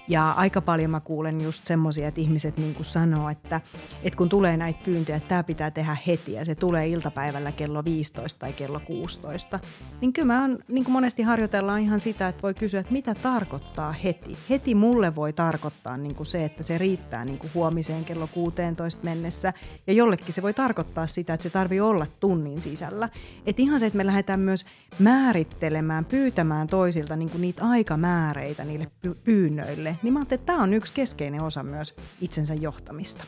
Ja aika paljon mä kuulen just semmoisia, että ihmiset niin kuin sanoo, että kun tulee näitä pyyntöjä, että tämä pitää tehdä heti ja se tulee iltapäivällä kello 15 tai kello 16, niin kyllä mä niin kuin monesti harjoitellaan ihan sitä, että voi kysyä, että mitä tarkoittaa heti. Heti mulle voi tarkoittaa niin kuin se, että se riittää niin kuin huomiseen kello 16 mennessä ja jollekin se voi tarkoittaa sitä, että se tarvii olla tunnin sisällä. Että ihan se, että me lähdetään myös määrittelemään, pyytämään toisilta niin kuin niitä aikamääreitä niille pyynnöille, niin mä ajattelin, että tämä on yksi keskeinen osa myös itsensä johtamista.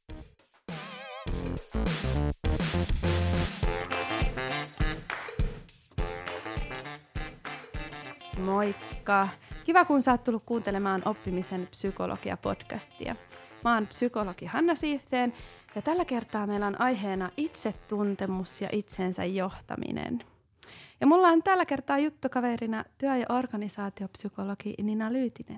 Moikka! Kiva, kun sä oot tullut kuuntelemaan Oppimisen psykologia-podcastia. Mä oon psykologi Hanna Siihteen ja tällä kertaa meillä on aiheena itsetuntemus ja itsensä johtaminen. Ja mulla on tällä kertaa juttukaverina työ- ja organisaatiopsykologi Nina Lyytinen.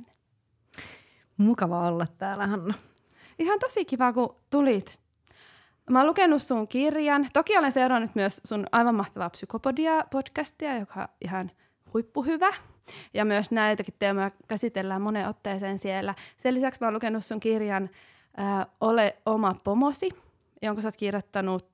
Mukava olla täällä, Hanna. Ihan tosi kiva, kun tulit. Mä oon lukenut sun kirjan. Toki olen seurannut myös sun aivan mahtavaa Psykopodia-podcastia, joka on ihan huippuhyvä. Ja myös näitäkin teemoja käsitellään moneen otteeseen siellä. Sen lisäksi mä oon lukenut sun kirjan Ole oma pomosi, jonka sä oot kirjoittanut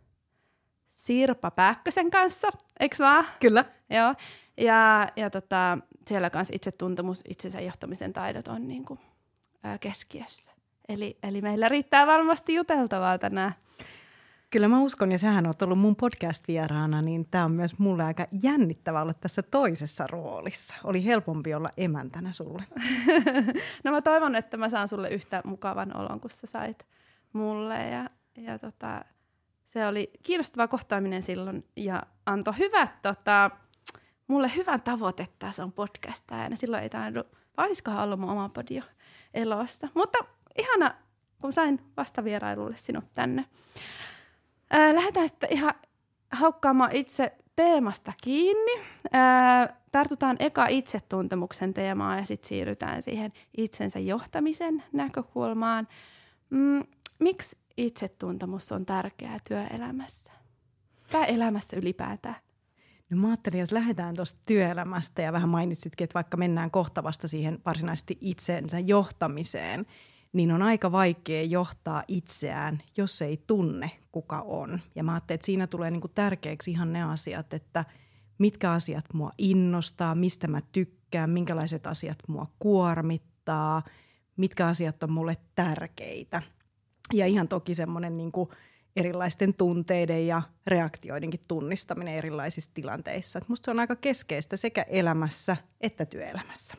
Sirpa Pääkkösen kanssa, eikö vaan? Kyllä. Joo. Ja siellä kanssa itsetuntemus, itsensä johtamisen taidot on niin kuin, keskiössä. Eli meillä riittää varmasti juteltavaa tänään. Kyllä mä uskon, ja sähän oot ollut mun podcast-vieraana, niin tää on myös mulle aika jännittävää olla tässä toisessa roolissa. Oli helpompi olla emäntänä sulle. No mä toivon, että mä saan sulle yhtä mukavan olon, kun sä sait mulle. Ja se oli kiinnostava kohtaaminen silloin ja antoi hyvät, mulle hyvän tavoitetta, se on podcasta. Ja silloin ei tainnut, vaadisikohan ollut mun oma podio elossa. Mutta ihana, kun sain vastavierailulle sinut tänne. Lähdetään sitten ihan haukkaamaan itse teemasta kiinni. Tartutaan eka itsetuntemuksen teemaan ja sitten siirrytään siihen itsensä johtamisen näkökulmaan. Miksi itsetuntemus on tärkeää työelämässä? Tai elämässä ylipäätään? No mä ajattelin, jos lähdetään tuosta työelämästä ja vähän mainitsitkin, että vaikka mennään kohta vasta siihen varsinaisesti itsensä johtamiseen, niin on aika vaikea johtaa itseään, jos ei tunne, kuka on. Ja mä ajattelin, että siinä tulee niinku tärkeäksi ihan ne asiat, että mitkä asiat mua innostaa, mistä mä tykkään, minkälaiset asiat mua kuormittaa, mitkä asiat on mulle tärkeitä. Ja ihan toki semmoinen niinku erilaisten tunteiden ja reaktioidenkin tunnistaminen erilaisissa tilanteissa. Et musta se on aika keskeistä sekä elämässä että työelämässä.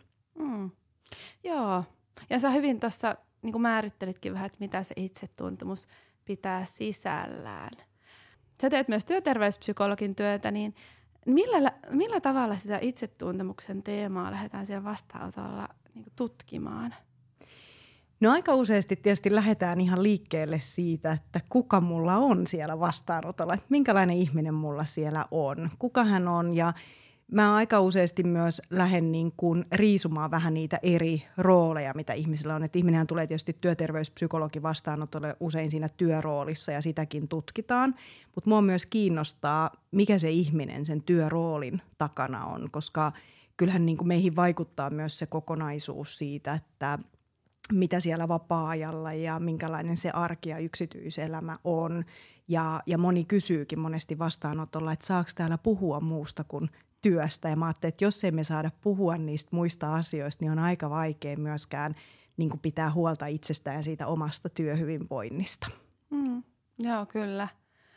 Joo, ja sä hyvin tuossa niin kuin määrittelitkin vähän, että mitä se itsetuntemus pitää sisällään. Sä teet myös työterveyspsykologin työtä, niin millä tavalla sitä itsetuntemuksen teemaa lähdetään siellä vastaanotolla niin kuin tutkimaan? No aika useasti tietysti lähdetään ihan liikkeelle siitä, että kuka mulla on siellä vastaanotolla, että minkälainen ihminen mulla siellä on, kuka hän on ja mä aika useasti myös lähden niin kuin riisumaan vähän niitä eri rooleja, mitä ihmisillä on. Että ihminenhän tulee tietysti työterveyspsykologi vastaanotolle usein siinä työroolissa ja sitäkin tutkitaan. Mutta mua myös kiinnostaa, mikä se ihminen sen työroolin takana on, koska kyllähän niin kuin meihin vaikuttaa myös se kokonaisuus siitä, että mitä siellä vapaa-ajalla ja minkälainen se arki ja yksityiselämä on. Ja moni kysyykin monesti vastaanotolla, että saako täällä puhua muusta kuin työstä. Ja mä ajattelin, että jos emme saada puhua niistä muista asioista, niin on aika vaikea myöskään niin kuin pitää huolta itsestään ja siitä omasta työhyvinvoinnista. Joo, kyllä.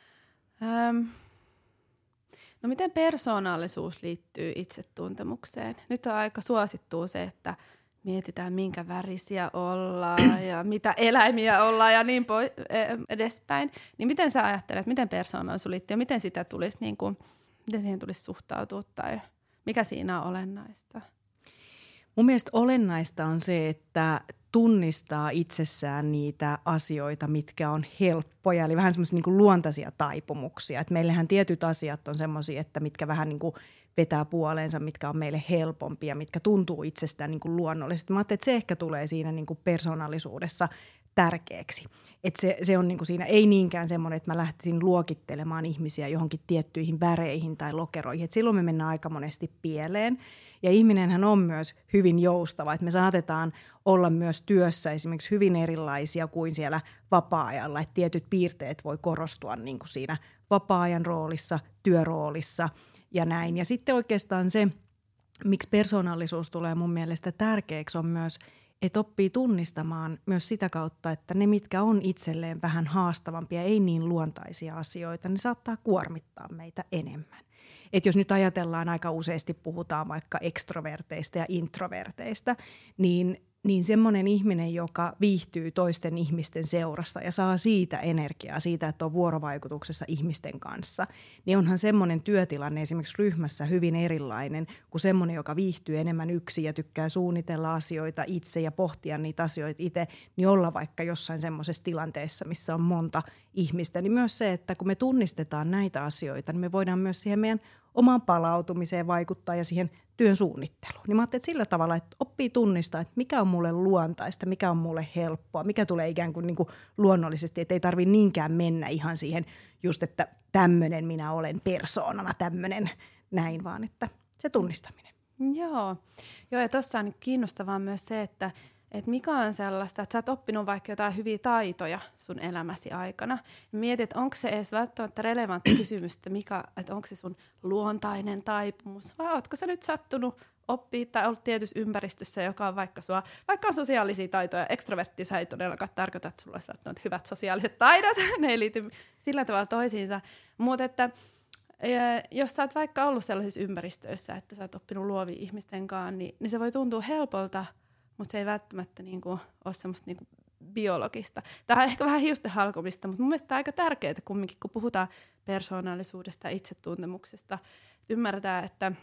No miten persoonallisuus liittyy itsetuntemukseen? Nyt on aika suosittua se, että mietitään minkä värisiä ollaan ja mitä eläimiä ollaan ja niin edespäin. Niin miten sä ajattelet, miten persoonallisuus liittyy ja miten sitä tulisi niin kuin, miten siihen tulisi suhtautua tai mikä siinä on olennaista? Mun mielestä olennaista on se, että tunnistaa itsessään niitä asioita, mitkä on helppoja, eli vähän semmoisia niin kuin luontaisia taipumuksia. Et meillähän tietyt asiat on semmoisia, että mitkä vähän niin kuin vetää puoleensa, mitkä on meille helpompia, mitkä tuntuu itsestään niin kuin luonnollisesti. Mä ajattelin, että se ehkä tulee siinä niin kuin persoonallisuudessa tärkeäksi. Että se on niinku siinä ei niinkään semmoinen, että mä lähtisin luokittelemaan ihmisiä johonkin tiettyihin väreihin tai lokeroihin. Et silloin me mennään aika monesti pieleen. Ja ihminenhän on myös hyvin joustava, että me saatetaan olla myös työssä esimerkiksi hyvin erilaisia kuin siellä vapaa-ajalla. Että tietyt piirteet voi korostua niin kuin siinä vapaa-ajan roolissa, työroolissa ja näin. Ja sitten oikeastaan se, miksi persoonallisuus tulee mun mielestä tärkeäksi, on myös, että oppii tunnistamaan myös sitä kautta, että ne, mitkä on itselleen vähän haastavampia, ei niin luontaisia asioita, ne saattaa kuormittaa meitä enemmän. Että jos nyt ajatellaan, aika useasti puhutaan vaikka ekstroverteista ja introverteista, niin semmoinen ihminen, joka viihtyy toisten ihmisten seurassa ja saa siitä energiaa, siitä, että on vuorovaikutuksessa ihmisten kanssa, niin onhan semmoinen työtilanne esimerkiksi ryhmässä hyvin erilainen kuin semmoinen, joka viihtyy enemmän yksin ja tykkää suunnitella asioita itse ja pohtia niitä asioita itse, niin olla vaikka jossain semmoisessa tilanteessa, missä on monta ihmistä. Niin myös se, että kun me tunnistetaan näitä asioita, niin me voidaan myös siihen meidän omaan palautumiseen vaikuttaa ja siihen työn suunnitteluun. Niin mä ajattelin, että sillä tavalla, että oppii tunnistaa, että mikä on mulle luontaista, mikä on mulle helppoa, mikä tulee ikään kuin, luonnollisesti, että ei tarvitse niinkään mennä ihan siihen just, että tämmöinen minä olen persoonana, tämmöinen näin, vaan että se tunnistaminen. Joo, ja tuossa on kiinnostavaa myös se, että mikä on sellaista, että sä oot oppinut vaikka jotain hyviä taitoja sun elämäsi aikana. Mietit, että onko se edes välttämättä relevantti kysymys, että onko se sun luontainen taipumus, vai ootko sä nyt sattunut oppia tai ollut tietyssä ympäristössä, joka on vaikka on sosiaalisia taitoja. Ekstroverttius ei todellakaan tarkoita, että sulla olisi välttämättä hyvät sosiaaliset taidot, ne ei liity sillä tavalla toisiinsa. Mutta että jos sä oot vaikka ollut sellaisissa ympäristöissä, että sä oot oppinut luovia ihmisten kanssa, niin se voi tuntua helpolta, mutta se ei välttämättä ole semmoista biologista. Tämä on ehkä vähän hiusten halkomista, mutta mun mielestä tämä on aika tärkeää kumminkin, kun puhutaan persoonallisuudesta ja itsetuntemuksesta. Ymmärretään, että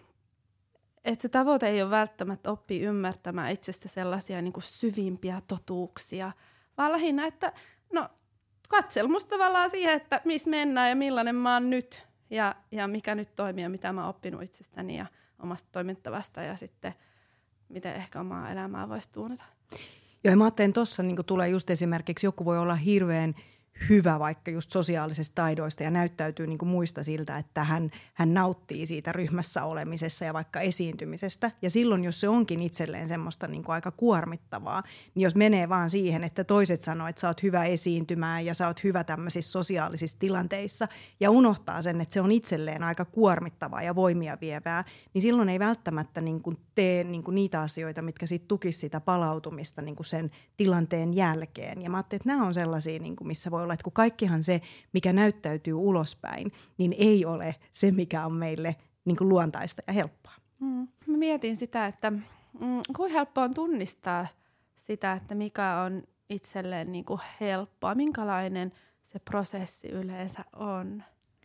se tavoite ei ole välttämättä oppia ymmärtämään itsestä sellaisia syvimpiä totuuksia, vaan lähinnä, että katselmus tavallaan siihen, että missä mennään ja millainen mä oon nyt ja mikä nyt toimii ja mitä mä oon oppinut itsestäni ja omasta toimintavasta ja sitten miten ehkä omaa elämää voisi tuunata. Joo, ja mä ajattelen tuossa tulee just esimerkiksi, joku voi olla hirveän hyvä vaikka just sosiaalisista taidoista ja näyttäytyy muista siltä, että hän nauttii siitä ryhmässä olemisessa ja vaikka esiintymisestä. Ja silloin, jos se onkin itselleen semmoista aika kuormittavaa, niin jos menee vaan siihen, että toiset sanoo, että sä oot hyvä esiintymään ja sä oot hyvä tämmöisissä sosiaalisissa tilanteissa ja unohtaa sen, että se on itselleen aika kuormittavaa ja voimia vievää, niin silloin ei välttämättä tee niitä asioita, mitkä sit tukisivat sitä palautumista sen tilanteen jälkeen. Ja mä ajattelin, että nämä on sellaisia, missä voi olla, että kun kaikkihan se, mikä näyttäytyy ulospäin, niin ei ole se, mikä on meille luontaista ja helppoa. Mä mietin sitä, että kuinka helppoa on tunnistaa sitä, että mikä on itselleen helppoa, minkälainen se prosessi yleensä on?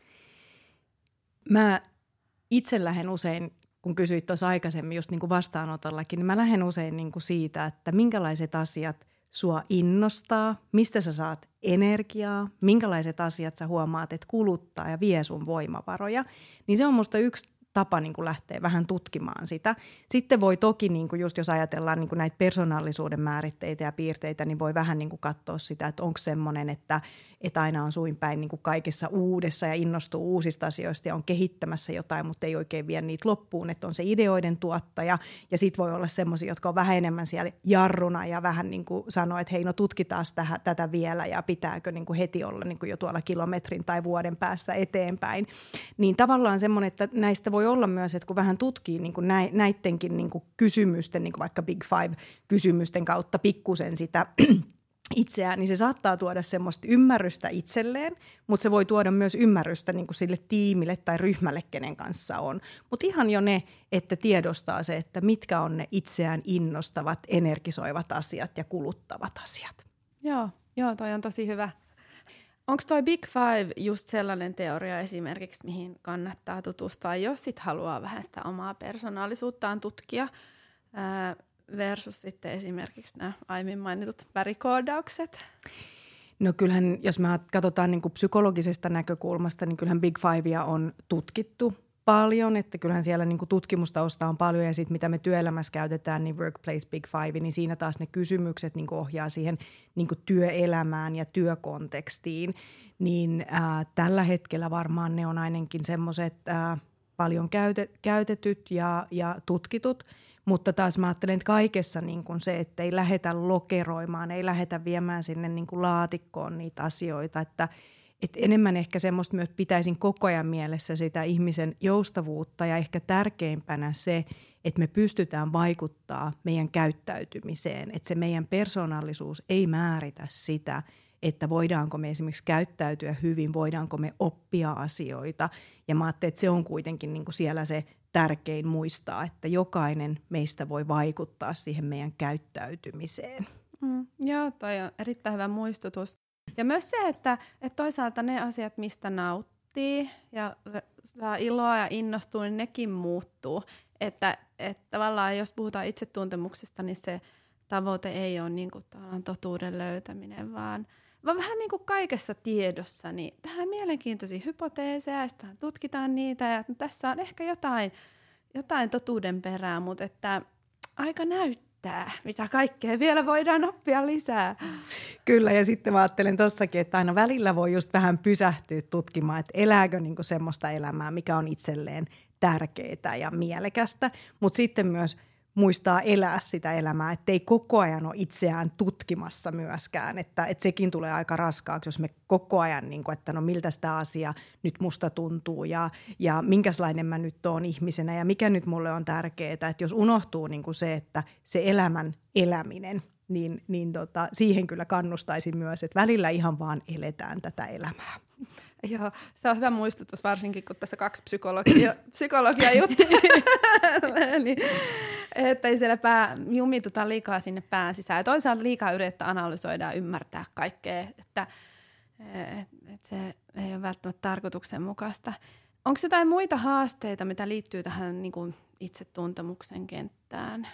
Mä itse lähden usein, kun kysyit tuossa aikaisemmin just vastaanotollakin, niin mä lähden usein siitä, että minkälaiset asiat sua innostaa, mistä sä saat energiaa, minkälaiset asiat sä huomaat, että kuluttaa ja vie sun voimavaroja, niin se on musta yksi tapa lähteä vähän tutkimaan sitä. Sitten voi toki, just jos ajatellaan näitä persoonallisuuden määritteitä ja piirteitä, niin voi vähän katsoa sitä, että onko semmoinen, että aina on suin päin kaikessa uudessa ja innostuu uusista asioista ja on kehittämässä jotain, mutta ei oikein vie niitä loppuun, että on se ideoiden tuottaja. Ja sitten voi olla semmoisia, jotka on vähän enemmän siellä jarruna ja vähän sanoo, että hei, tutkitaan tätä vielä ja pitääkö heti olla jo tuolla kilometrin tai vuoden päässä eteenpäin. Niin tavallaan semmoinen, että näistä voi olla myös, että kun vähän tutkii näidenkin kysymysten, vaikka Big Five-kysymysten kautta pikkusen sitä itseään, niin se saattaa tuoda semmoista ymmärrystä itselleen, mutta se voi tuoda myös ymmärrystä sille tiimille tai ryhmälle, kenen kanssa on. Mutta ihan jo ne, että tiedostaa se, että mitkä on ne itseään innostavat, energisoivat asiat ja kuluttavat asiat. Joo, toi on tosi hyvä. Onko toi Big Five just sellainen teoria esimerkiksi, mihin kannattaa tutustua, jos sit haluaa vähän sitä omaa persoonallisuuttaan tutkia, versus sitten esimerkiksi nämä aiemmin mainitut värikoodaukset? No kyllähän, jos me katsotaan psykologisesta näkökulmasta, niin kyllähän Big Fivea on tutkittu paljon, että kyllähän siellä niin kuin tutkimustausta on paljon ja sitten mitä me työelämässä käytetään, niin Workplace Big Five, niin siinä taas ne kysymykset niin kuin ohjaa siihen niin kuin työelämään ja työkontekstiin, niin tällä hetkellä varmaan ne on ainakin semmoiset paljon käytetyt ja tutkitut, mutta taas mä ajattelen, että kaikessa niin kuin se, että ei lähdetä lokeroimaan, ei lähdetä viemään sinne niin kuin laatikkoon niitä asioita, että enemmän ehkä semmoista myös pitäisin koko ajan mielessä sitä ihmisen joustavuutta ja ehkä tärkeimpänä se, että me pystytään vaikuttaa meidän käyttäytymiseen, että se meidän persoonallisuus ei määritä sitä, että voidaanko me esimerkiksi käyttäytyä hyvin, voidaanko me oppia asioita. Ja mä ajattelin, että se on kuitenkin niin kuin siellä se tärkein muistaa, että jokainen meistä voi vaikuttaa siihen meidän käyttäytymiseen. Joo, toi on erittäin hyvä muistutus. Ja myös se, että toisaalta ne asiat, mistä nauttii ja saa iloa ja innostuu, niin nekin muuttuu. Että tavallaan jos puhutaan itsetuntemuksesta, niin se tavoite ei ole niin kuin totuuden löytäminen, vaan vähän niin kuin kaikessa tiedossa, niin tähän mielenkiintoisia hypoteeseja, ja sitten tutkitaan niitä, ja tässä on ehkä jotain totuuden perää, mutta että aika näyttää, mitä kaikkea vielä voidaan oppia lisää. Kyllä, ja sitten mä ajattelen tossakin, että aina välillä voi just vähän pysähtyä tutkimaan, että elääkö niinku semmoista elämää, mikä on itselleen tärkeää ja mielekästä, mutta sitten myös muistaa elää sitä elämää, ettei koko ajan ole itseään tutkimassa myöskään, että sekin tulee aika raskaaksi, jos me koko ajan, niin kuin, että no miltä sitä asia nyt musta tuntuu ja minkälainen mä nyt oon ihmisenä ja mikä nyt mulle on tärkeää, että jos unohtuu niin kuin se, että se elämän eläminen, niin siihen kyllä kannustaisin myös, että välillä ihan vaan eletään tätä elämää. Joo, se on hyvä muistutus, varsinkin kun tässä 2 psykologia juttuja, niin, että ei siellä jumituta liikaa sinne pään sisään. Ja toisaalta liikaa yrittää analysoida ja ymmärtää kaikkea, että se ei ole välttämättä tarkoituksenmukaista. Onko jotain muita haasteita, mitä liittyy tähän niin kuin itsetuntemuksen kenttään?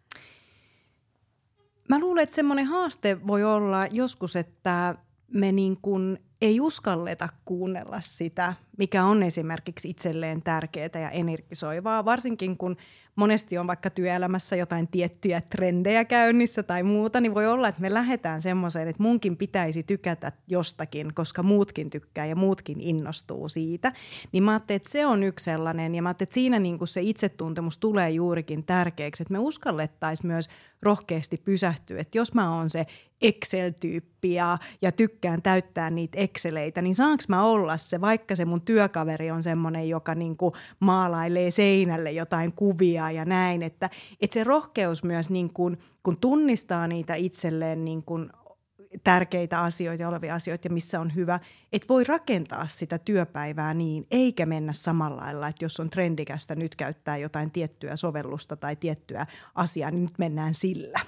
Mä luulen, että semmoinen haaste voi olla joskus, että me niin kuin ei uskalleta kuunnella sitä, mikä on esimerkiksi itselleen tärkeää ja energisoivaa, varsinkin kun monesti on vaikka työelämässä jotain tiettyjä trendejä käynnissä tai muuta, niin voi olla, että me lähdetään semmoiseen, että munkin pitäisi tykätä jostakin, koska muutkin tykkää ja muutkin innostuu siitä. Niin mä ajattelin, että se on yksi sellainen ja mä ajattelin, että siinä niin kuin se itsetuntemus tulee juurikin tärkeäksi, että me uskallettaisiin myös rohkeasti pysähtyä, että jos mä oon se Excel-tyyppi ja tykkään täyttää niitä Exceleitä, niin saanko mä olla se, vaikka se mun työkaveri on semmoinen, joka niin kuin maalailee seinälle jotain kuvia ja näin, että se rohkeus myös niin kuin, kun tunnistaa niitä itselleen niin kuin tärkeitä asioita ja olevia asioita ja missä on hyvä, että voi rakentaa sitä työpäivää niin, eikä mennä samalla lailla, että jos on trendikästä nyt käyttää jotain tiettyä sovellusta tai tiettyä asiaa, niin nyt mennään sillä.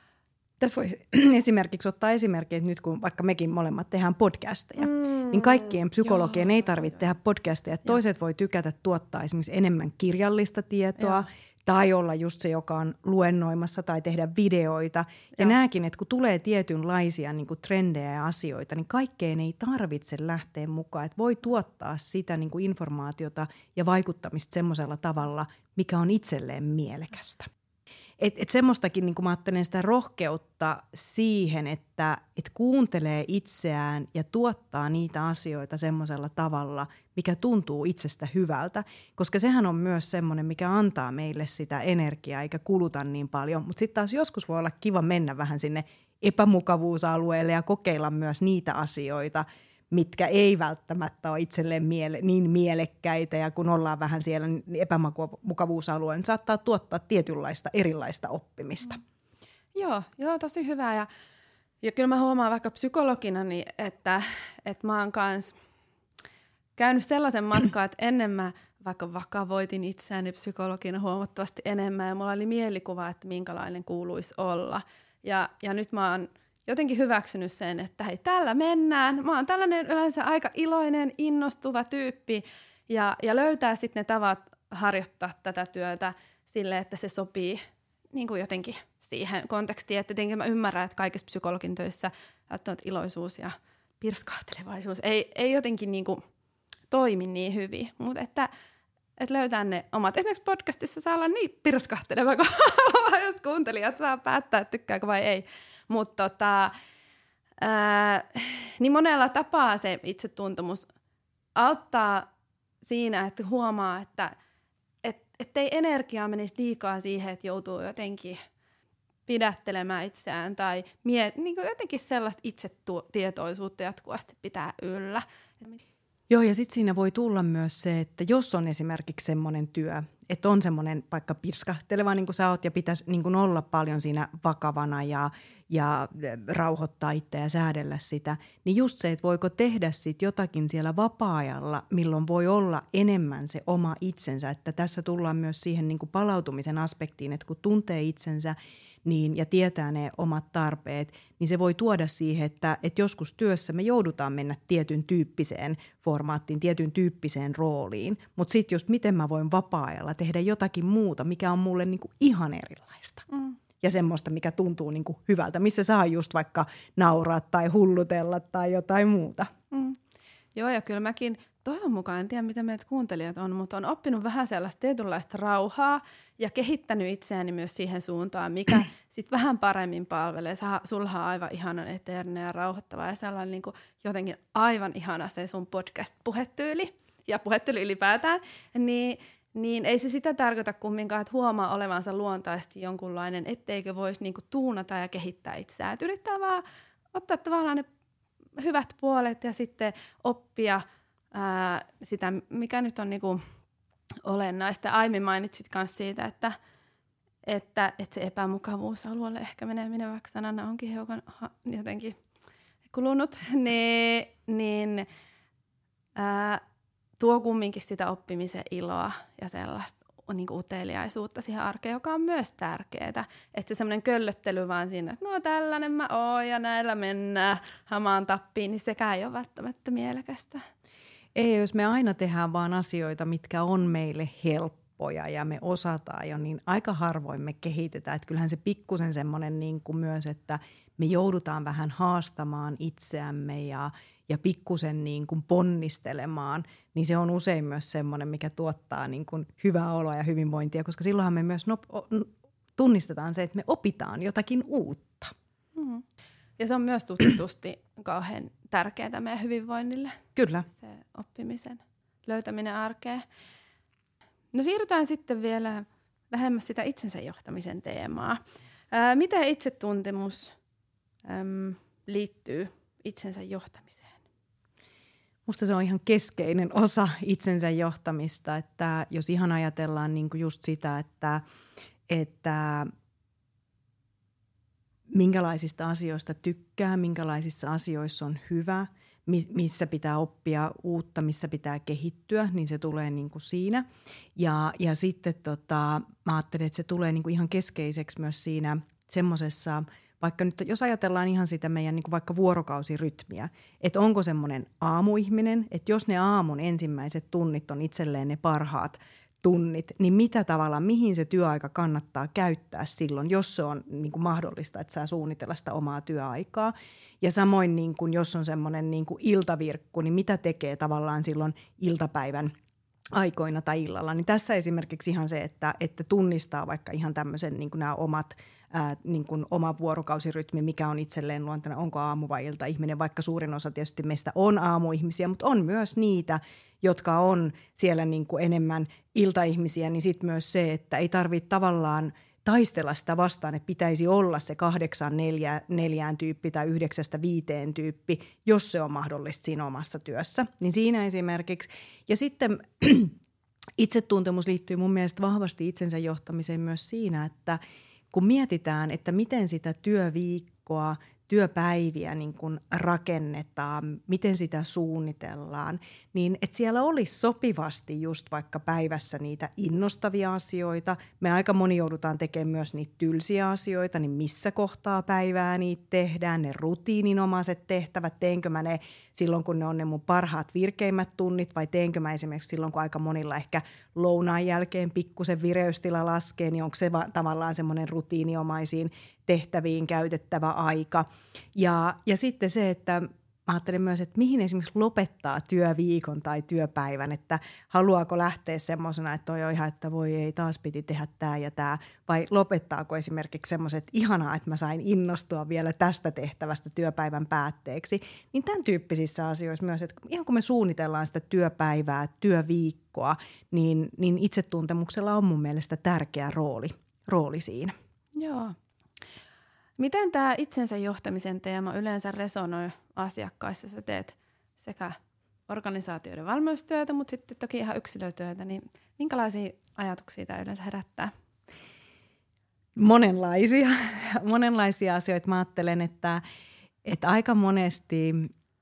Tässä voi esimerkiksi ottaa esimerkkiä, että nyt kun vaikka mekin molemmat tehdään podcasteja, niin kaikkien psykologien ei tarvitse tehdä podcasteja. Toiset voi tykätä tuottaa esimerkiksi enemmän kirjallista tietoa tai olla just se, joka on luennoimassa tai tehdä videoita. Ja nämäkin, että kun tulee tietynlaisia niin kuin trendejä ja asioita, niin kaikkeen ei tarvitse lähteä mukaan. Että voi tuottaa sitä niin kuin informaatiota ja vaikuttamista semmoisella tavalla, mikä on itselleen mielekästä. Et semmoistakin, niin kuin mä ajattelen sitä rohkeutta siihen, että kuuntelee itseään ja tuottaa niitä asioita semmoisella tavalla, mikä tuntuu itsestä hyvältä, koska sehän on myös semmoinen, mikä antaa meille sitä energiaa eikä kuluta niin paljon, mutta sitten taas joskus voi olla kiva mennä vähän sinne epämukavuusalueelle ja kokeilla myös niitä asioita, mitkä ei välttämättä ole itselleen niin mielekkäitä ja kun ollaan vähän siellä epämukavuusalueella, niin saattaa tuottaa tietynlaista erilaista oppimista. Joo, tosi hyvä. Ja kyllä mä huomaan vaikka psykologina, niin että mä oon kans käynyt sellaisen matkan, että ennen mä vaikka vakavoitin itseäni psykologina huomattavasti enemmän ja mulla oli mielikuva, että minkälainen kuuluisi olla. Ja nyt mä oon jotenkin hyväksynyt sen, että hei, tällä mennään. Mä oon tällainen yleensä aika iloinen, innostuva tyyppi ja löytää sitten ne tavat harjoittaa tätä työtä sille, että se sopii niin kuin jotenkin siihen kontekstiin. Että tietenkin mä ymmärrän, että kaikissa psykologin töissä iloisuus ja pirskahtelevaisuus ei jotenkin niin kuin toimi niin hyvin. Mutta että että löytää ne omat. Esimerkiksi podcastissa saa olla niin pirskahteleva, kun jos kuuntelijat saa päättää, että tykkääkö vai ei. Mutta niin monella tapaa se itsetuntemus auttaa siinä, että huomaa, että ei energiaa menisi liikaa siihen, että joutuu jotenkin pidättelemään itseään tai niin jotenkin sellaista itsetietoisuutta jatkuvasti pitää yllä. Joo, ja sitten siinä voi tulla myös se, että jos on esimerkiksi semmoinen työ, että on semmoinen vaikka pirskahteleva, niin kuin sä oot, ja pitäisi niin kuin olla paljon siinä vakavana ja rauhoittaa itseä ja säädellä sitä, niin just se, että voiko tehdä sitten jotakin siellä vapaa-ajalla, milloin voi olla enemmän se oma itsensä, että tässä tullaan myös siihen niin kuin palautumisen aspektiin, että kun tuntee itsensä, niin, ja tietää ne omat tarpeet, niin se voi tuoda siihen, että joskus työssä me joudutaan mennä tietyn tyyppiseen formaattiin, tietyn tyyppiseen rooliin, mutta sitten just miten mä voin vapaa-ajalla tehdä jotakin muuta, mikä on mulle niinku ihan erilaista. Ja semmoista, mikä tuntuu niinku hyvältä, missä saa just vaikka nauraa tai hullutella tai jotain muuta. Joo, ja kyllä mäkin toivon mukaan, en tiedä mitä meidät kuuntelijat on, mutta on oppinut vähän sellaista tietynlaista rauhaa ja kehittänyt itseäni myös siihen suuntaan, mikä sitten vähän paremmin palvelee. Sulla on aivan ihanan eteerinen ja rauhoittava ja sellainen niin kuin jotenkin aivan ihana se sun podcast-puhetyyli ja puhetyyli ylipäätään, niin ei se sitä tarkoita kumminkaan, että huomaa olevansa luontaisesti jonkunlainen, etteikö voisi niin kuin tuunata ja kehittää itseään. Että yrittää vaan ottaa tavallaan ne hyvät puolet ja sitten oppia sitä, mikä nyt on niinku olennaista. Aiemmin mainitsit myös siitä, että se epämukavuusalueelle ehkä meneväksi sanana onkin hiukan jotenkin kulunut, niin tuo kumminkin sitä oppimisen iloa ja sellaista niinku uteliaisuutta siihen arkeen, joka on myös tärkeää. Että se semmoinen köllöttely vaan siinä, että no tällainen mä oon ja näillä mennään hamaan tappiin, niin sekään ei ole välttämättä mielekästä. Ei, jos me aina tehdään vaan asioita, mitkä on meille helppoja ja me osataan jo, niin aika harvoin me kehitetään. Että kyllähän se pikkusen semmoinen niin kuin myös, että me joudutaan vähän haastamaan itseämme ja pikkusen niin kuin ponnistelemaan, niin se on usein myös semmoinen, mikä tuottaa niin kuin hyvää oloa ja hyvinvointia, koska silloinhan me myös tunnistetaan se, että me opitaan jotakin uutta. Ja se on myös tutkitusti kauhean tärkeää meidän hyvinvoinnille. Kyllä. Se oppimisen löytäminen arkeen. No siirrytään sitten vielä lähemmäs sitä itsensä johtamisen teemaa. Miten itsetuntemus liittyy itsensä johtamiseen? Musta se on ihan keskeinen osa itsensä johtamista, että jos ihan ajatellaan niin kuin just sitä, että minkälaisista asioista tykkää, minkälaisissa asioissa on hyvä, missä pitää oppia uutta, missä pitää kehittyä, niin se tulee niin kuin siinä. Ja sitten mä ajattelen, että se tulee niin kuin ihan keskeiseksi myös siinä semmoisessa, vaikka nyt jos ajatellaan ihan sitä meidän niin kuin vaikka vuorokausirytmiä, että onko semmoinen aamuihminen, että jos ne aamun ensimmäiset tunnit on itselleen ne parhaat tunnit, niin mitä tavalla, mihin se työaika kannattaa käyttää silloin, jos se on niin kuin mahdollista, että saa suunnitella sitä omaa työaikaa. Ja samoin niin kuin, jos on semmoinen niin kuin iltavirkku, niin mitä tekee tavallaan silloin iltapäivän aikoina tai illalla. Niin tässä esimerkiksi ihan se, että tunnistaa vaikka ihan tämmöisen niin kuin nämä omat niin kuin oma vuorokausirytmi, mikä on itselleen luontainen, onko aamu- vai iltaihminen, vaikka suurin osa tietysti meistä on aamuihmisiä, mutta on myös niitä, jotka on siellä niin kuin enemmän iltaihmisiä, niin sitten myös se, että ei tarvitse tavallaan taistella sitä vastaan, että pitäisi olla se 8-4 tyyppi tai 9-5 tyyppi, jos se on mahdollista siinä omassa työssä. Niin siinä esimerkiksi. Ja sitten itsetuntemus liittyy mun mielestä vahvasti itsensä johtamiseen myös siinä, että kun mietitään, että miten sitä työviikkoa, työpäiviä niin kuin rakennetaan, miten sitä suunnitellaan, niin että siellä olisi sopivasti just vaikka päivässä niitä innostavia asioita. Me aika moni joudutaan tekemään myös niitä tylsiä asioita, niin missä kohtaa päivää niitä tehdään, ne rutiininomaiset tehtävät, teenkö mä ne silloin, kun ne on ne mun parhaat virkeimmät tunnit, vai teenkö mä esimerkiksi silloin, kun aika monilla ehkä lounaan jälkeen pikkusen vireystila laskee, niin onko se tavallaan semmoinen rutiiniomaisiin tehtäviin käytettävä aika. Ja sitten se, että mä ajattelen myös, että mihin esimerkiksi lopettaa työviikon tai työpäivän, että haluaako lähteä semmoisena, että toi on ihan, että voi ei, taas piti tehdä tämä ja tämä, vai lopettaako esimerkiksi semmoiset, että ihanaa, että mä sain innostua vielä tästä tehtävästä työpäivän päätteeksi, niin tämän tyyppisissä asioissa myös, että ihan kun me suunnitellaan sitä työpäivää, työviikkoa, niin itsetuntemuksella on mun mielestä tärkeä rooli siinä. Joo. Miten tämä itsensä johtamisen teema yleensä resonoi asiakkaissa? Sä teet sekä organisaatioiden valmennustyötä, mutta sitten toki ihan yksilötyötä, niin minkälaisia ajatuksia tämä yleensä herättää? Monenlaisia asioita. Mä ajattelen, että aika monesti,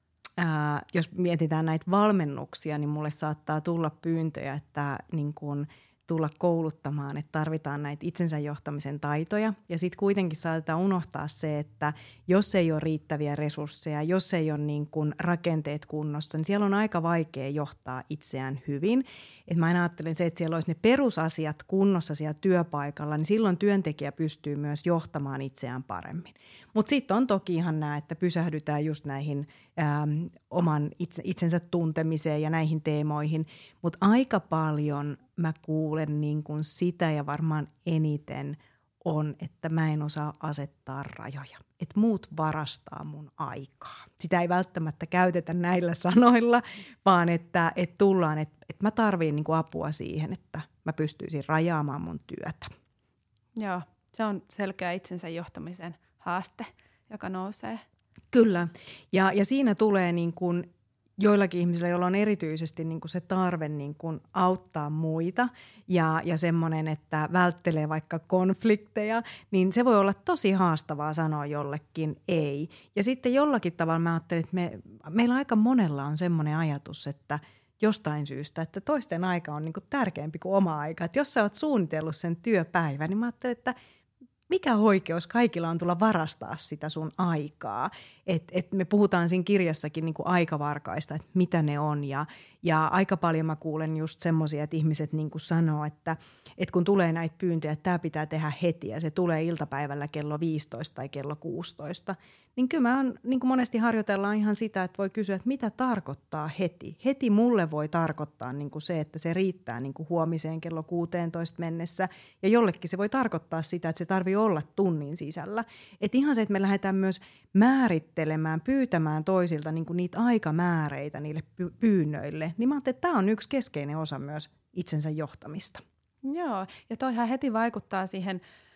jos mietitään näitä valmennuksia, niin mulle saattaa tulla pyyntöjä, että niin kun tulla kouluttamaan, että tarvitaan näitä itsensä johtamisen taitoja. Ja sitten kuitenkin saatetaan unohtaa se, että jos ei ole riittäviä resursseja, jos ei ole niin kuin rakenteet kunnossa, niin siellä on aika vaikea johtaa itseään hyvin. Et mä aina ajattelen se, että siellä olisi ne perusasiat kunnossa siellä työpaikalla, niin silloin työntekijä pystyy myös johtamaan itseään paremmin. Mutta sitten on toki ihan nämä, että pysähdytään just näihin oman itsensä tuntemiseen ja näihin teemoihin. Mutta aika paljon mä kuulen niin kuin sitä ja varmaan eniten on, että mä en osaa asettaa rajoja. Että muut varastaa mun aikaa. Sitä ei välttämättä käytetä näillä sanoilla, vaan että tullaan, että mä tarviin niin kuin apua siihen, että mä pystyisin rajaamaan mun työtä. Joo, se on selkeä itsensä johtamisen haaste, joka nousee. Kyllä, ja siinä tulee niin kuin joillakin ihmisillä, joilla on erityisesti niin kuin se tarve niin kuin auttaa muita ja semmoinen, että välttelee vaikka konflikteja, niin se voi olla tosi haastavaa sanoa jollekin ei. Ja sitten jollakin tavalla mä ajattelin, että meillä aika monella on semmoinen ajatus, että jostain syystä, että toisten aika on niin kuin tärkeämpi kuin oma aika. Että jos sä oot suunnitellut sen työpäivän, niin mä ajattelin, että mikä oikeus kaikilla on tulla varastaa sitä sun aikaa? Et me puhutaan siinä kirjassakin niin kuin aikavarkaista, että mitä ne on. Ja aika paljon mä kuulen just semmoisia, että ihmiset niin kuin sanoo, että kun tulee näitä pyyntöjä, että tämä pitää tehdä heti ja se tulee iltapäivällä kello 15 tai kello 16, niin kyllä niin kuin monesti harjoitellaan ihan sitä, että voi kysyä, että mitä tarkoittaa heti. Heti mulle voi tarkoittaa niin kuin se, että se riittää niin kuin huomiseen kello 16 mennessä ja jollekin se voi tarkoittaa sitä, että se tarvii olla tunnin sisällä. Että ihan se, että me lähdetään myös määrittelemään, pyytämään toisilta niin kuin niitä aikamääreitä niille pyynnöille, niin mä ajattelin, että tämä on yksi keskeinen osa myös itsensä johtamista. Joo, ja toihan heti vaikuttaa siihen,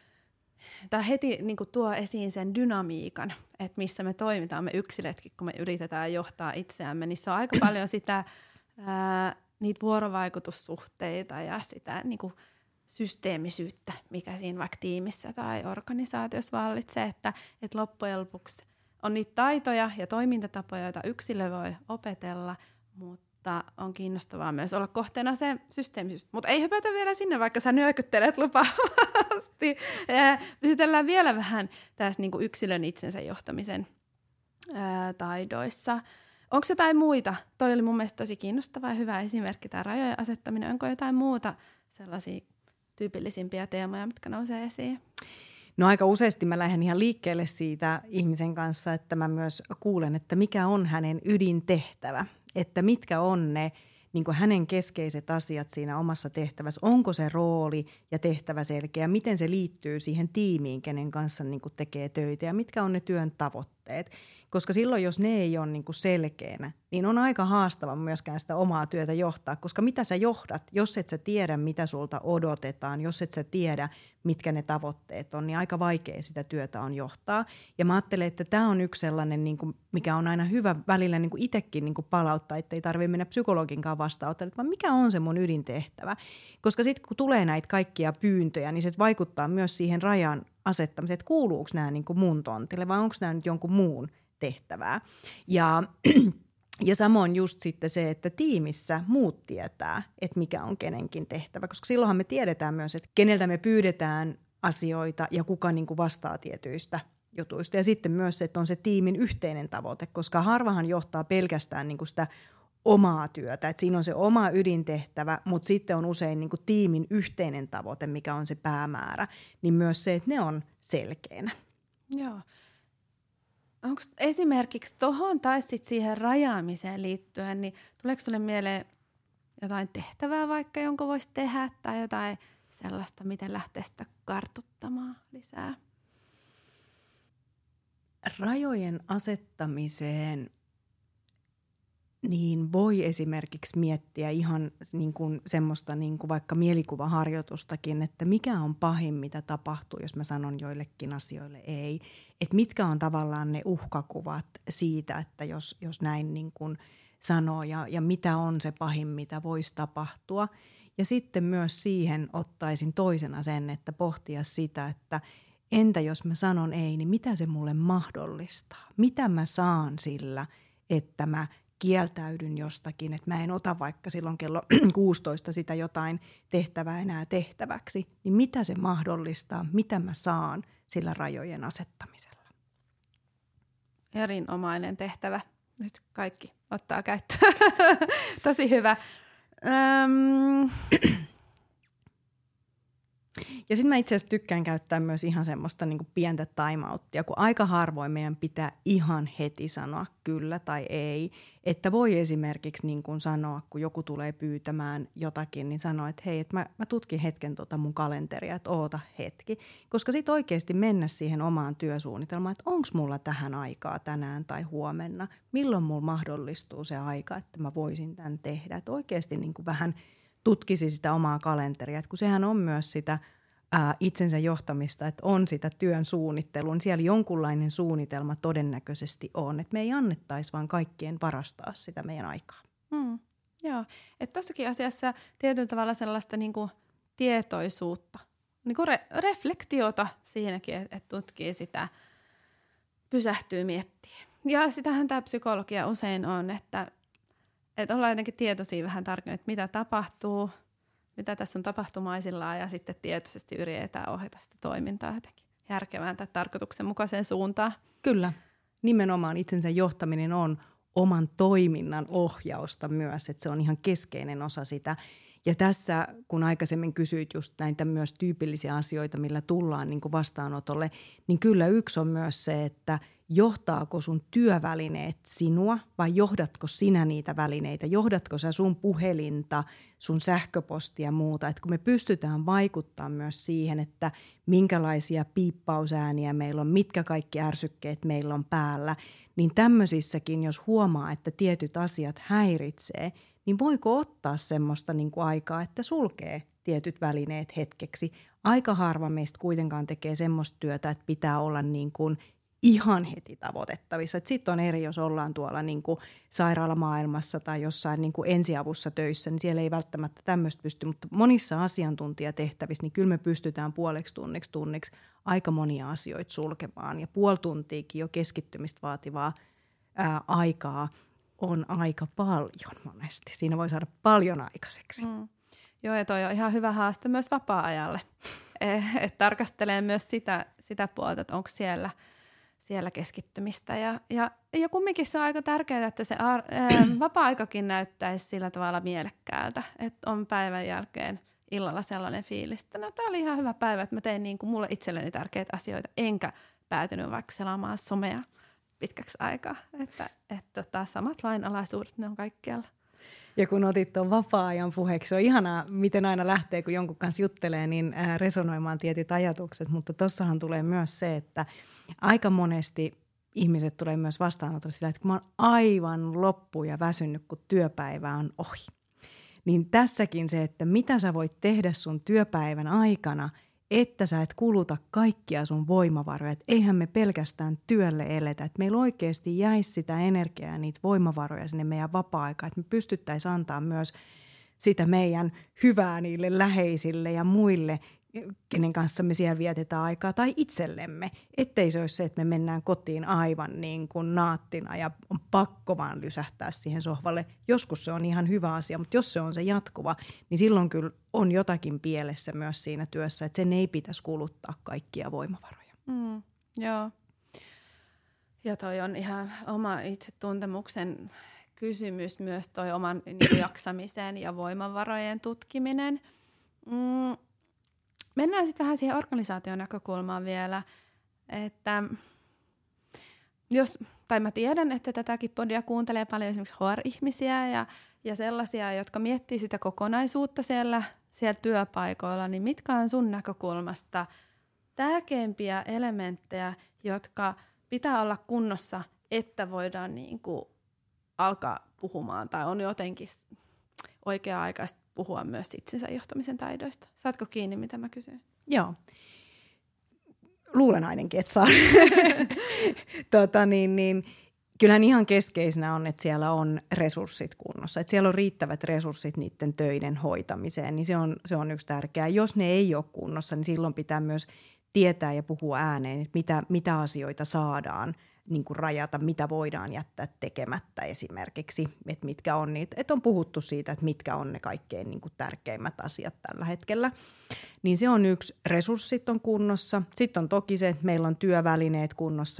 tai heti niin kuin tuo esiin sen dynamiikan, että missä me toimitaan, me yksilötkin, kun me yritetään johtaa itseämme, niin se on aika paljon sitä, niitä vuorovaikutussuhteita ja sitä niin kuin systeemisyyttä, mikä siinä vaikka tiimissä tai organisaatiossa vallitsee, että loppujen lopuksi on niitä taitoja ja toimintatapoja, joita yksilö voi opetella, mutta on kiinnostavaa myös olla kohteena se systeemisyys. Mutta ei hypätä vielä sinne, vaikka sä nyökyttelet lupaavasti. Pysytellään vielä vähän tässä niinku yksilön itsensä johtamisen taidoissa. Onko jotain muita? Toi oli mun mielestä tosi kiinnostava ja hyvä esimerkki, tämä rajojen asettaminen. Onko jotain muuta sellaisia tyypillisimpiä teemoja, mitkä nousee esiin? No aika useasti mä lähden ihan liikkeelle siitä ihmisen kanssa, että mä myös kuulen, että mikä on hänen ydintehtävä. Että mitkä on ne niin kuin hänen keskeiset asiat siinä omassa tehtävässä. Onko se rooli ja tehtävä selkeä? Miten se liittyy siihen tiimiin, kenen kanssa niin kuin tekee töitä ja mitkä on ne työn tavoitteet? Koska silloin, jos ne ei ole niin kuin selkeänä, niin on aika haastava myöskään sitä omaa työtä johtaa. Koska mitä sä johdat, jos et sä tiedä, mitä sulta odotetaan, jos et sä tiedä, mitkä ne tavoitteet on, niin aika vaikea sitä työtä on johtaa. Ja mä ajattelen, että tämä on yksi sellainen, niin kuin, mikä on aina hyvä välillä niin kuin itsekin niin kuin palauttaa, että ei tarvitse mennä psykologinkaan vastaanottamaan, vaan mikä on se mun ydintehtävä. Koska sitten kun tulee näitä kaikkia pyyntöjä, niin se vaikuttaa myös siihen rajan asettamiseen, että kuuluuko nämä niin kuin mun tontille vai onko nämä nyt jonkun muun tehtävää. Ja samoin just sitten se, että tiimissä muut tietää, että mikä on kenenkin tehtävä, koska silloinhan me tiedetään myös, että keneltä me pyydetään asioita ja kuka niin kuin vastaa tietyistä jutuista. Ja sitten myös, että on se tiimin yhteinen tavoite, koska harvahan johtaa pelkästään niin kuin sitä omaa työtä. Että siinä on se oma ydintehtävä, mutta sitten on usein niin kuin tiimin yhteinen tavoite, mikä on se päämäärä. Niin myös se, että ne on selkeänä. Joo. onko esimerkiksi tohon tai sit siihen rajaamiseen liittyen, niin tuleeko sulle mieleen jotain tehtävää vaikka, jonka voisi tehdä, tai jotain sellaista, miten lähtee sitä kartoittamaan lisää? Rajojen asettamiseen niin voi esimerkiksi miettiä ihan niin kuin semmoista niin kuin vaikka mielikuvaharjoitustakin, että mikä on pahin, mitä tapahtuu, jos mä sanon joillekin asioille ei. Että mitkä on tavallaan ne uhkakuvat siitä, että jos näin niin kuin sanoo ja mitä on se pahin, mitä voisi tapahtua. Ja sitten myös siihen ottaisin toisena sen, että pohtia sitä, että entä jos mä sanon ei, niin mitä se mulle mahdollistaa? Mitä mä saan sillä, että mä kieltäydyn jostakin, että mä en ota vaikka silloin kello 16 sitä jotain tehtävää enää tehtäväksi, niin mitä se mahdollistaa, mitä mä saan sillä rajojen asettamisella? Erinomainen tehtävä. Nyt kaikki ottaa käyttöön. Tosi hyvä. Ja sitten mä itse asiassa tykkään käyttää myös ihan semmoista niinku pientä timeouttia, kun aika harvoin meidän pitää ihan heti sanoa kyllä tai ei. Että voi esimerkiksi niin kuin sanoa, kun joku tulee pyytämään jotakin, niin sanoa, että hei, että mä tutkin hetken mun kalenteria, että oota hetki. Koska sitten oikeasti mennä siihen omaan työsuunnitelmaan, että onko mulla tähän aikaa tänään tai huomenna. Milloin mulla mahdollistuu se aika, että mä voisin tämän tehdä. Että oikeasti niin kuin vähän tutkisi sitä omaa kalenteria, että kun sehän on myös sitä itsensä johtamista, että on sitä työn suunnittelua, niin siellä jonkunlainen suunnitelma todennäköisesti on, että me ei annettaisi vaan kaikkien varastaa sitä meidän aikaa. Joo, että tossakin asiassa tietyllä tavalla sellaista niinku tietoisuutta, niinku reflektiota siinäkin, että tutkii sitä, pysähtyy miettimään. Ja sitähän tämä psykologia usein on, että ollaan jotenkin tietoisia vähän tarkemmin, että mitä tapahtuu, mitä tässä on tapahtumaisillaan, ja sitten tietoisesti yritetään ohjata sitä toimintaa jotenkin järkevään tai tarkoituksenmukaiseen suuntaan. Kyllä. Nimenomaan itsensä johtaminen on oman toiminnan ohjausta myös, että se on ihan keskeinen osa sitä. Ja tässä, kun aikaisemmin kysyit just näitä myös tyypillisiä asioita, millä tullaan niin kuin vastaanotolle, niin kyllä yksi on myös se, että johtaako sun työvälineet sinua vai johdatko sinä niitä välineitä? Johdatko sä sun puhelinta, sun sähköpostia ja muuta? Että kun me pystytään vaikuttamaan myös siihen, että minkälaisia piippausääniä meillä on, mitkä kaikki ärsykkeet meillä on päällä, niin tämmöisissäkin, jos huomaa, että tietyt asiat häiritsee, niin voiko ottaa semmoista niin kuin aikaa, että sulkee tietyt välineet hetkeksi? Aika harva meistä kuitenkaan tekee semmoista työtä, että pitää olla niin kuin ihan heti tavoitettavissa. Sitten on eri, jos ollaan tuolla niin kuin sairaalamaailmassa tai jossain niin kuin ensiavussa töissä, niin siellä ei välttämättä tämmöistä pysty, mutta monissa asiantuntijatehtävissä, niin kyllä me pystytään puoleksi tunniksi aika monia asioita sulkemaan. Ja puoli tuntiakin jo keskittymistä vaativaa aikaa on aika paljon monesti. Siinä voi saada paljon aikaiseksi. Joo, ja toi on ihan hyvä haaste myös vapaa-ajalle. Et tarkastelee myös sitä puolta, että onko siellä keskittymistä. Ja kumminkin se on aika tärkeää, että se vapaa-aikakin näyttäisi sillä tavalla mielekkäältä, että on päivän jälkeen illalla sellainen fiilis, että no, tämä oli ihan hyvä päivä, että mä tein niin kuin mulle itselleni tärkeitä asioita, enkä päätynyt vaikka selaamaan somea pitkäksi aikaa. Että samat lainalaisuudet, ne on kaikkialla. Ja kun otit tuon vapaa-ajan puheeksi, se on ihanaa, miten aina lähtee, kun jonkun kanssa juttelee, niin resonoimaan tietyt ajatukset. Mutta tossahan tulee myös se, että aika monesti ihmiset tulee myös vastaanotolle sillä, että kun mä oon aivan loppu ja väsynyt, kun työpäivä on ohi. Niin tässäkin se, että mitä sä voit tehdä sun työpäivän aikana, että sä et kuluta kaikkia sun voimavaroja. Et eihän me pelkästään työlle eletä, että meillä oikeasti jäisi sitä energiaa ja niitä voimavaroja sinne meidän vapaa-aikaan, että me pystyttäisiin antaa myös sitä meidän hyvää niille läheisille ja muille, kenen kanssa me siellä vietetään aikaa, tai itsellemme. Ettei se olisi se, että me mennään kotiin aivan niin kuin naattina ja on pakko vaan lysähtää siihen sohvalle. Joskus se on ihan hyvä asia, mutta jos se on se jatkuva, niin silloin kyllä on jotakin pielessä myös siinä työssä, että sen ei pitäisi kuluttaa kaikkia voimavaroja. Joo. Ja toi on ihan oma itsetuntemuksen kysymys myös toi oman jaksamisen ja voimavarojen tutkiminen. Mennään sitten vähän siihen organisaation näkökulmaan vielä, että tai mä tiedän, että tätäkin podia kuuntelee paljon esimerkiksi HR-ihmisiä ja sellaisia, jotka miettii sitä kokonaisuutta siellä työpaikoilla, niin mitkä on sun näkökulmasta tärkeimpiä elementtejä, jotka pitää olla kunnossa, että voidaan niin kuin alkaa puhumaan tai on jotenkin oikea-aikaista puhua myös itsensä johtamisen taidoista. Saatko kiinni, mitä mä kysyn? Joo. Luulen ainakin, että saa. Kyllähän ihan keskeisenä on, että siellä on resurssit kunnossa. Että siellä on riittävät resurssit niiden töiden hoitamiseen, niin se on yksi tärkeää. Jos ne ei ole kunnossa, niin silloin pitää myös tietää ja puhua ääneen, että mitä asioita saadaan niin kuin rajata, mitä voidaan jättää tekemättä esimerkiksi, että mitkä on niitä, että on puhuttu siitä, että mitkä on ne kaikkein niin kuin tärkeimmät asiat tällä hetkellä. Niin se on yksi, resurssit on kunnossa. Sitten on toki se, että meillä on työvälineet kunnossa,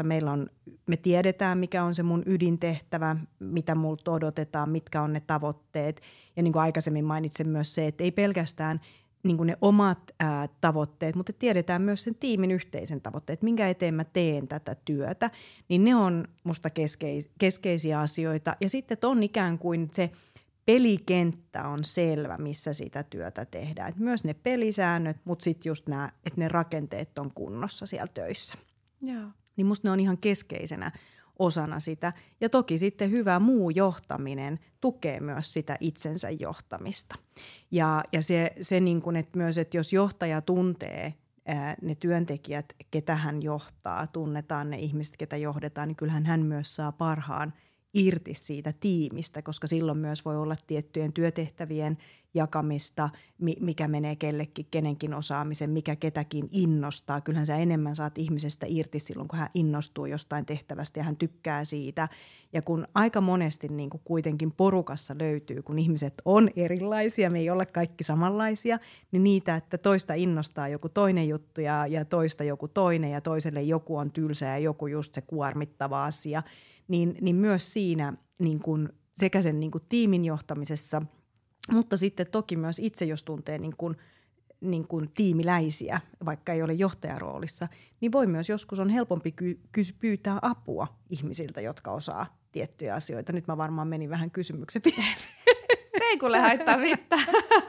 me tiedetään, mikä on se mun ydintehtävä, mitä multa odotetaan, mitkä on ne tavoitteet. Ja niin kuin aikaisemmin mainitsin myös se, että ei pelkästään niin kuin ne omat tavoitteet, mutta tiedetään myös sen tiimin yhteisen tavoitteet, minkä eteen mä teen tätä työtä, niin ne on musta keskeisiä asioita. Ja sitten on ikään kuin se pelikenttä on selvä, missä sitä työtä tehdään. Et myös ne pelisäännöt, mutta sitten just nämä, että ne rakenteet on kunnossa siellä töissä. Joo. Niin musta ne on ihan keskeisenä osana sitä. Ja toki sitten hyvä muu johtaminen tukee myös sitä itsensä johtamista. Ja se niin kuin, että myös, että jos johtaja tuntee ne työntekijät, ketä hän johtaa, tunnetaan ne ihmiset, ketä johdetaan, niin kyllähän hän myös saa parhaan irti siitä tiimistä, koska silloin myös voi olla tiettyjen työtehtävien jakamista, mikä menee kenenkin osaamisen, mikä ketäkin innostaa. Kyllähän sä enemmän saat ihmisestä irti silloin, kun hän innostuu jostain tehtävästä ja hän tykkää siitä. Ja kun aika monesti niin kuin kuitenkin porukassa löytyy, kun ihmiset on erilaisia, me ei olla kaikki samanlaisia, niin niitä, että toista innostaa joku toinen juttu ja toista joku toinen ja toiselle joku on tylsä ja joku just se kuormittava asia, niin myös siinä niin kuin sekä sen niin kuin tiimin johtamisessa, mutta sitten toki myös itse, jos tuntee niin kuin tiimiläisiä, vaikka ei ole johtajaroolissa, niin voi myös joskus on helpompi pyytää apua ihmisiltä, jotka osaa tiettyjä asioita. Nyt mä varmaan menin vähän kysymyksen viereen. Se ei kuule haittaa mitään.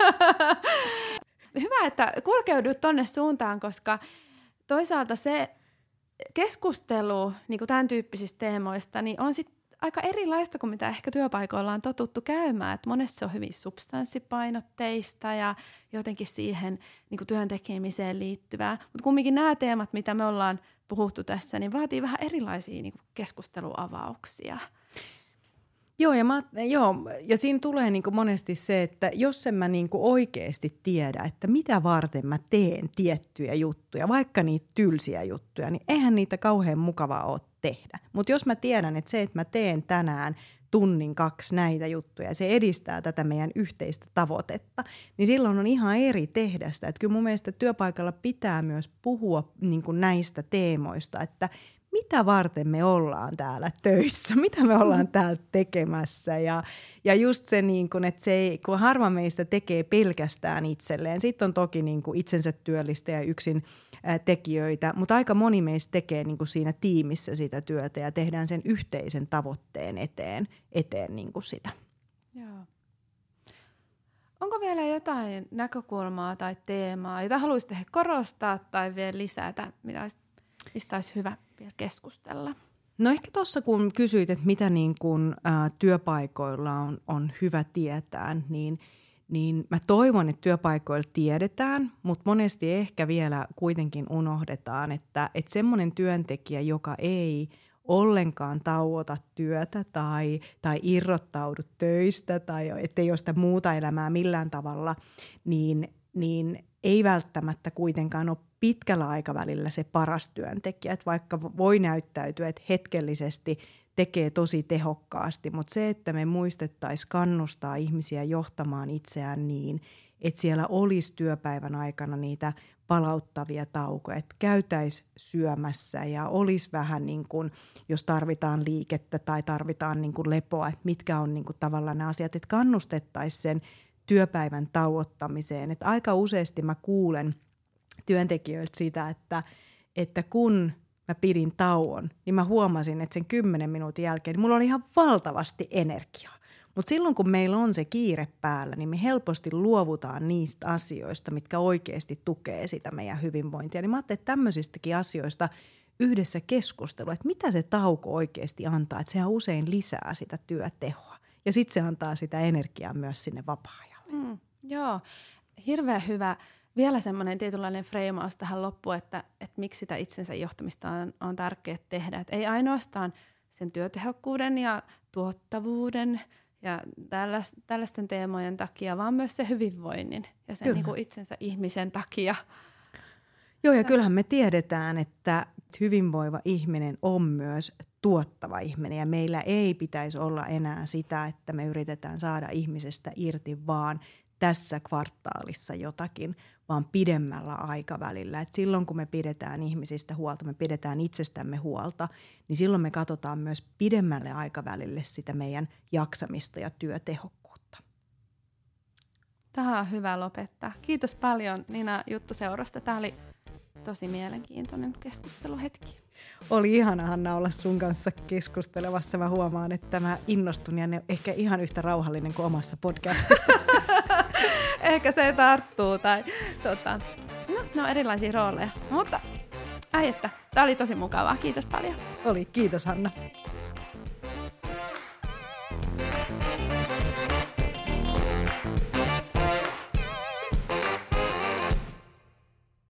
Hyvä, että kulkeudut tonne suuntaan, koska toisaalta se keskustelu niin kuin tämän tyyppisistä teemoista niin on sitten aika erilaista kuin mitä ehkä työpaikoilla on totuttu käymään. Et monessa se on hyvin substanssipainotteista ja jotenkin siihen niin kuin työn tekemiseen liittyvää. Mutta kumminkin nämä teemat, mitä me ollaan puhuttu tässä, niin vaatii vähän erilaisia niin kuin keskusteluavauksia. Joo, ja siinä tulee niin kuin monesti se, että jos en mä niin kuin oikeasti tiedä, että mitä varten mä teen tiettyjä juttuja, vaikka niitä tylsiä juttuja, niin eihän niitä kauhean mukavaa ole tehdä. Mutta jos mä tiedän, että se, että mä teen tänään 1-2 näitä juttuja, se edistää tätä meidän yhteistä tavoitetta, niin silloin on ihan eri tehdä sitä. Että kyllä mun mielestä työpaikalla pitää myös puhua niin kuin näistä teemoista, että mitä varten me ollaan täällä töissä, mitä me ollaan täällä tekemässä ja just se, niin kun, että se ei, kun harva meistä tekee pelkästään itselleen, sitten on toki niin kuin itsensä työllistä ja yksin tekijöitä, mutta aika moni meistä tekee niin kuin siinä tiimissä sitä työtä ja tehdään sen yhteisen tavoitteen eteen niin kuin sitä. Joo. Onko vielä jotain näkökulmaa tai teemaa, jota haluaisitte korostaa tai vielä lisätä, mistä olisi hyvä vielä keskustella? No ehkä tuossa kun kysyit, että mitä niin kun, työpaikoilla on hyvä tietää, niin mä toivon, että työpaikoilla tiedetään, mutta monesti ehkä vielä kuitenkin unohdetaan, että semmoinen työntekijä, joka ei ollenkaan tauota työtä tai irrottaudu töistä tai ettei ole sitä muuta elämää millään tavalla, niin ei välttämättä kuitenkaan ole pitkällä aikavälillä se paras työntekijä, että vaikka voi näyttäytyä, että hetkellisesti tekee tosi tehokkaasti, mutta se, että me muistettaisiin kannustaa ihmisiä johtamaan itseään niin, että siellä olisi työpäivän aikana niitä palauttavia taukoja, että käytäisiin syömässä ja olisi vähän niin kuin, jos tarvitaan liikettä tai tarvitaan niin kuin lepoa, että mitkä on niin kuin tavallaan nämä asiat, että kannustettaisiin sen työpäivän tauottamiseen. Että aika useasti mä kuulen työntekijöiltä sitä, että kun mä pidin tauon, niin mä huomasin, että sen 10 minuutin jälkeen niin mulla oli ihan valtavasti energiaa. Mutta silloin, kun meillä on se kiire päällä, niin me helposti luovutaan niistä asioista, mitkä oikeasti tukee sitä meidän hyvinvointia. Niin mä ajattelin, että tämmöisistäkin asioista yhdessä keskustelua, että mitä se tauko oikeasti antaa. Että sehän usein lisää sitä työtehoa ja sitten se antaa sitä energiaa myös sinne vapaa-ajalle. Joo, hirveän hyvä. Vielä semmoinen tietynlainen freimaus tähän loppuun, että miksi sitä itsensä johtamista on tärkeää tehdä. Et ei ainoastaan sen työtehokkuuden ja tuottavuuden ja tällaisten teemojen takia, vaan myös se hyvinvoinnin ja sen niin kuin itsensä ihmisen takia. Joo, ja kyllähän me tiedetään, että hyvinvoiva ihminen on myös tuottava ihminen. Ja meillä ei pitäisi olla enää sitä, että me yritetään saada ihmisestä irti vaan tässä kvartaalissa jotakin, vaan pidemmällä aikavälillä. Et silloin, kun me pidetään ihmisistä huolta, me pidetään itsestämme huolta, niin silloin me katsotaan myös pidemmälle aikavälille sitä meidän jaksamista ja työtehokkuutta. Tämä on hyvä lopettaa. Kiitos paljon Nina Juttuseurasta. Tämä oli tosi mielenkiintoinen keskusteluhetki. Oli ihana, Hanna, olla sun kanssa keskustelevassa. Mä huomaan, että mä innostun ja ne on ehkä ihan yhtä rauhallinen kuin omassa podcastissa. Ehkä se tarttuu tai ne on erilaisia rooleja. Mutta että tämä oli tosi mukavaa. Kiitos paljon. Oli, kiitos Hanna.